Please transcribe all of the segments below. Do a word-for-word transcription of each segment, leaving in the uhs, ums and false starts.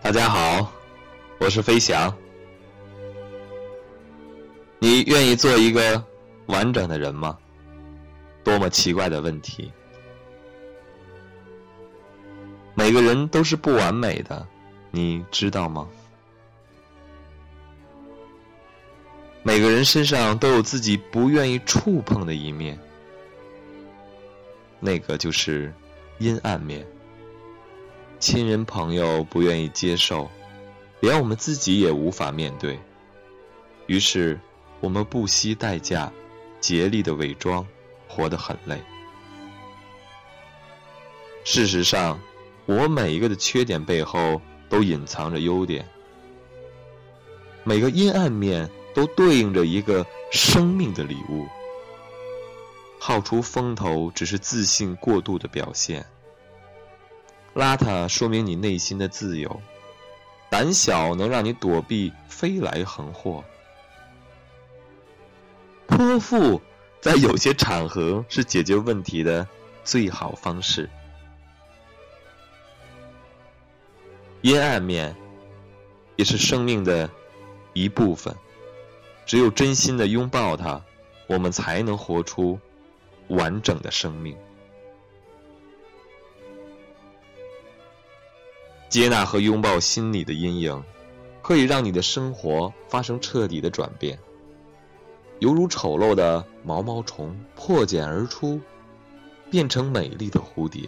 大家好，我是飞翔。你愿意做一个完整的人吗？多么奇怪的问题。每个人都是不完美的，你知道吗？每个人身上都有自己不愿意触碰的一面，那个就是阴暗面。亲人朋友不愿意接受，连我们自己也无法面对，于是我们不惜代价竭力的伪装，活得很累。事实上，我们每一个的缺点背后都隐藏着优点，每个阴暗面都对应着一个生命的礼物。好出风头只是自信过度的表现，邋遢说明你内心的自由，胆小能让你躲避飞来横祸，泼妇在有些场合是解决问题的最好方式。阴暗面也是生命的一部分，只有真心的拥抱它，我们才能活出完整的生命。接纳和拥抱心理的阴影，可以让你的生活发生彻底的转变，犹如丑陋的毛毛虫破茧而出，变成美丽的蝴蝶。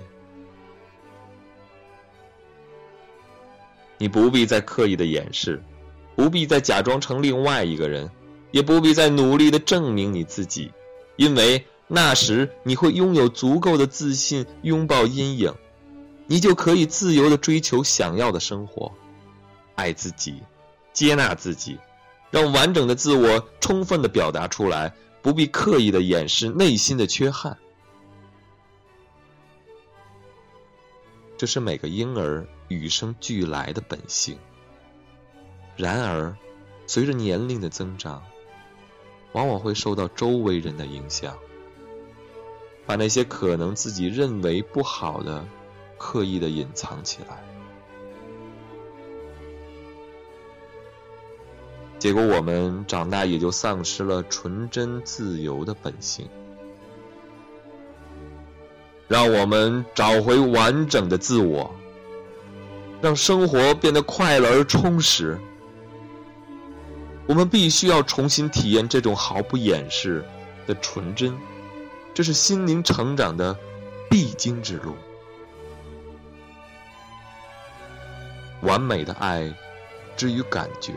你不必再刻意的掩饰，不必再假装成另外一个人，也不必再努力的证明你自己，因为那时你会拥有足够的自信拥抱阴影，你就可以自由地追求想要的生活，爱自己，接纳自己，让完整的自我充分地表达出来，不必刻意地掩饰内心的缺憾。这是每个婴儿与生俱来的本性。然而，随着年龄的增长，往往会受到周围人的影响，把那些可能自己认为不好的刻意的隐藏起来，结果我们长大也就丧失了纯真自由的本性。让我们找回完整的自我，让生活变得快乐而充实。我们必须要重新体验这种毫不掩饰的纯真，这是心灵成长的必经之路。完美的爱之于感觉，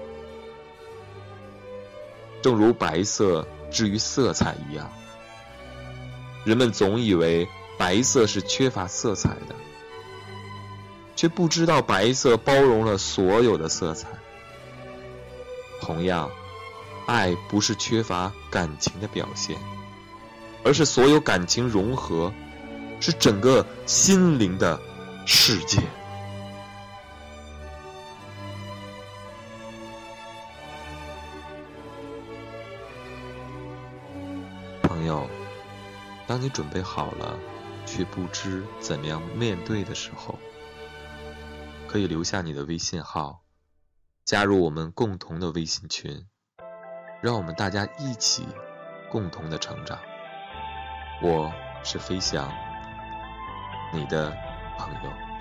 正如白色之于色彩一样，人们总以为白色是缺乏色彩的，却不知道白色包容了所有的色彩。同样，爱不是缺乏感情的表现，而是所有感情融合，是整个心灵的世界。朋友，当你准备好了却不知怎样面对的时候，可以留下你的微信号，加入我们共同的微信群，让我们大家一起共同的成长。我是飞翔，你的朋友。